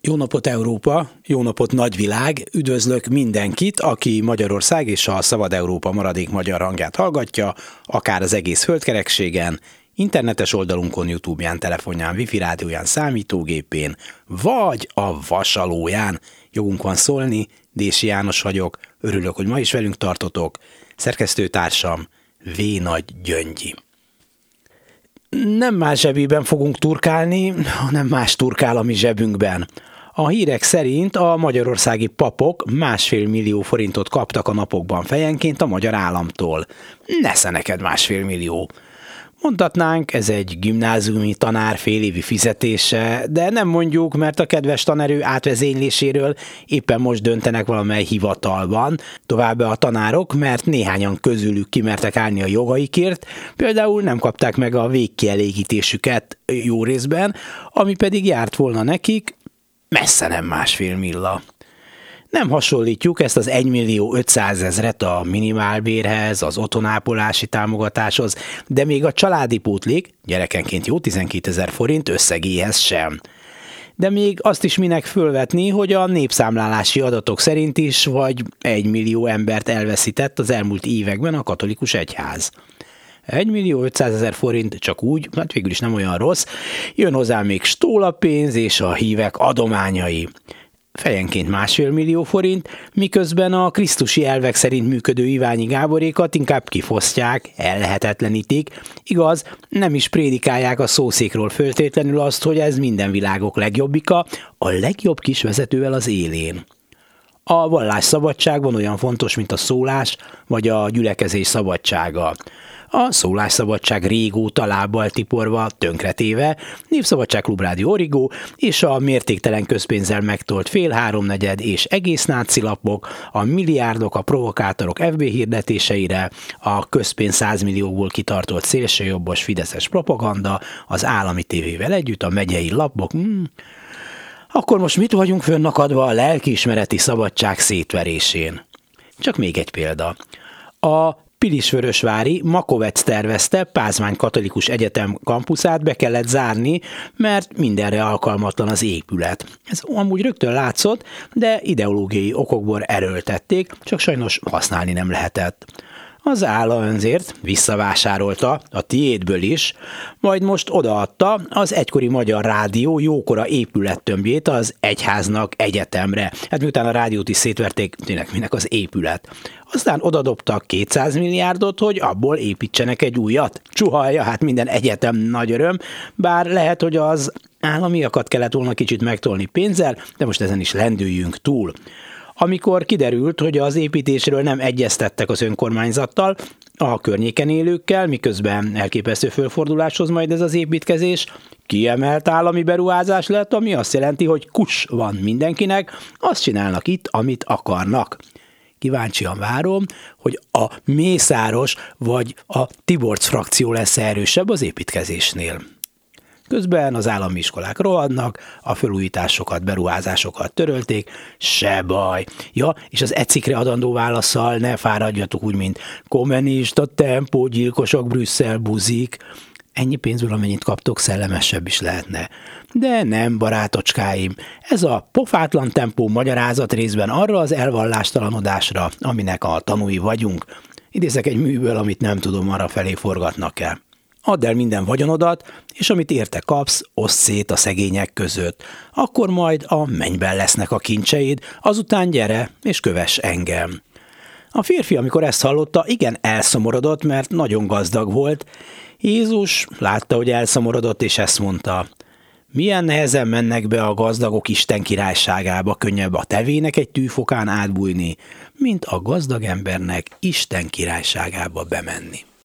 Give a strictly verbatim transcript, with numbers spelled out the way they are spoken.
Jó napot Európa, jó napot nagyvilág, üdvözlök mindenkit, aki Magyarország és a Szabad Európa maradék magyar hangját hallgatja, akár az egész földkerekségen, internetes oldalunkon, YouTube-ján, telefonján, wifi rádióján, számítógépén, vagy a vasalóján. Jogunk van szólni, Dési János vagyok, örülök, hogy ma is velünk tartotok, szerkesztőtársam V. Nagy Gyöngyi. Nem más zsebében fogunk turkálni, hanem más turkál a mi zsebünkben. A hírek szerint a magyarországi papok másfél millió forintot kaptak a napokban fejenként a magyar államtól. Nesze neked másfél millió. Mondhatnánk, ez egy gimnáziumi tanár félévi fizetése, de nem mondjuk, mert a kedves tanerő átvezényléséről éppen most döntenek valamely hivatalban. Továbbá a tanárok, mert néhányan közülük kimertek állni a jogaikért, például nem kapták meg a végkielégítésüket jó részben, ami pedig járt volna nekik, messze nem másfél milla. Nem hasonlítjuk ezt az egymillió ötszázezret a minimálbérhez, az otthonápolási támogatáshoz, de még a családi pótlék, gyerekenként jó tizenkétezer forint összegéhez sem. De még azt is minek fölvetni, hogy a népszámlálási adatok szerint is vagy egymillió embert elveszített az elmúlt években a katolikus egyház. egymillió ötszázezer forint csak úgy, hát végül is nem olyan rossz, jön hozzá még stólapénz és a hívek adományai. Fejenként másfél millió forint, miközben a krisztusi elvek szerint működő Iványi Gáborékat inkább kifosztják, ellehetetlenítik. Igaz, nem is prédikálják a szószékról föltétlenül azt, hogy ez minden világok legjobbika, a legjobb kis vezetővel az élén. A vallásszabadság van olyan fontos, mint a szólás vagy a gyülekezés szabadsága. A szólásszabadság régóta lábbal tiporva, tönkretéve, Népszabadság Klubrádió Origo és a mértéktelen közpénzzel megtolt fél, háromnegyed és egész náci lapok, a milliárdok, a provokátorok ef bé hirdetéseire, a közpénz százmilliókból kitartott szélsőjobbos fideszes propaganda, az állami tévével együtt, a megyei lapok. Hmm. Akkor most mit vagyunk fönnakadva a lelkiismereti szabadság szétverésén? Csak még egy példa. A Pilisvörösvári Makovec tervezte Pázmány Katolikus Egyetem kampuszát be kellett zárni, mert mindenre alkalmatlan az épület. Ez amúgy rögtön látszott, de ideológiai okokból erőltették, csak sajnos használni nem lehetett. Az állam önzért visszavásárolta, a tiédből is, majd most odaadta az egykori Magyar Rádió jókora épülettömbjét az egyháznak egyetemre. Hát miután a rádiót is szétverték, tényleg minek az épület. Aztán odadobtak kétszáz milliárdot, hogy abból építsenek egy újat. Csuhalja, hát minden egyetem nagy öröm, bár lehet, hogy az államiakat kellett volna kicsit megtolni pénzzel, de most ezen is lendüljünk túl. Amikor kiderült, hogy az építésről nem egyeztettek az önkormányzattal, a környéken élőkkel, miközben elképesztő fölforduláshoz majd ez az építkezés, kiemelt állami beruházás lett, ami azt jelenti, hogy kus van mindenkinek, azt csinálnak itt, amit akarnak. Kíváncsian várom, hogy a Mészáros vagy a Tiborcs frakció lesz erősebb az építkezésnél. Közben az állami iskolák rohadnak, a felújításokat, beruházásokat törölték, se baj. Ja, és az ecikre adandó válaszsal ne fáradjatok úgy, mint kommunista, tempógyilkosok, Brüsszel buzik. Ennyi pénzből, amennyit kaptok, szellemesebb is lehetne. De nem, barátocskáim, ez a pofátlan tempó magyarázat részben arra az elvallástalanodásra, aminek a tanúi vagyunk. Idézek egy műből, amit nem tudom, arra felé forgatnak el. Add el minden vagyonodat, és amit érte kapsz, oszd szét a szegények között. Akkor majd a mennyben lesznek a kincseid, azután gyere és kövess engem. A férfi, amikor ezt hallotta, igen elszomorodott, mert nagyon gazdag volt. Jézus látta, hogy elszomorodott, és ezt mondta: milyen nehezen mennek be a gazdagok Isten királyságába, könnyebb a tevének egy tűfokán átbújni, mint a gazdag embernek Isten királyságába bemenni.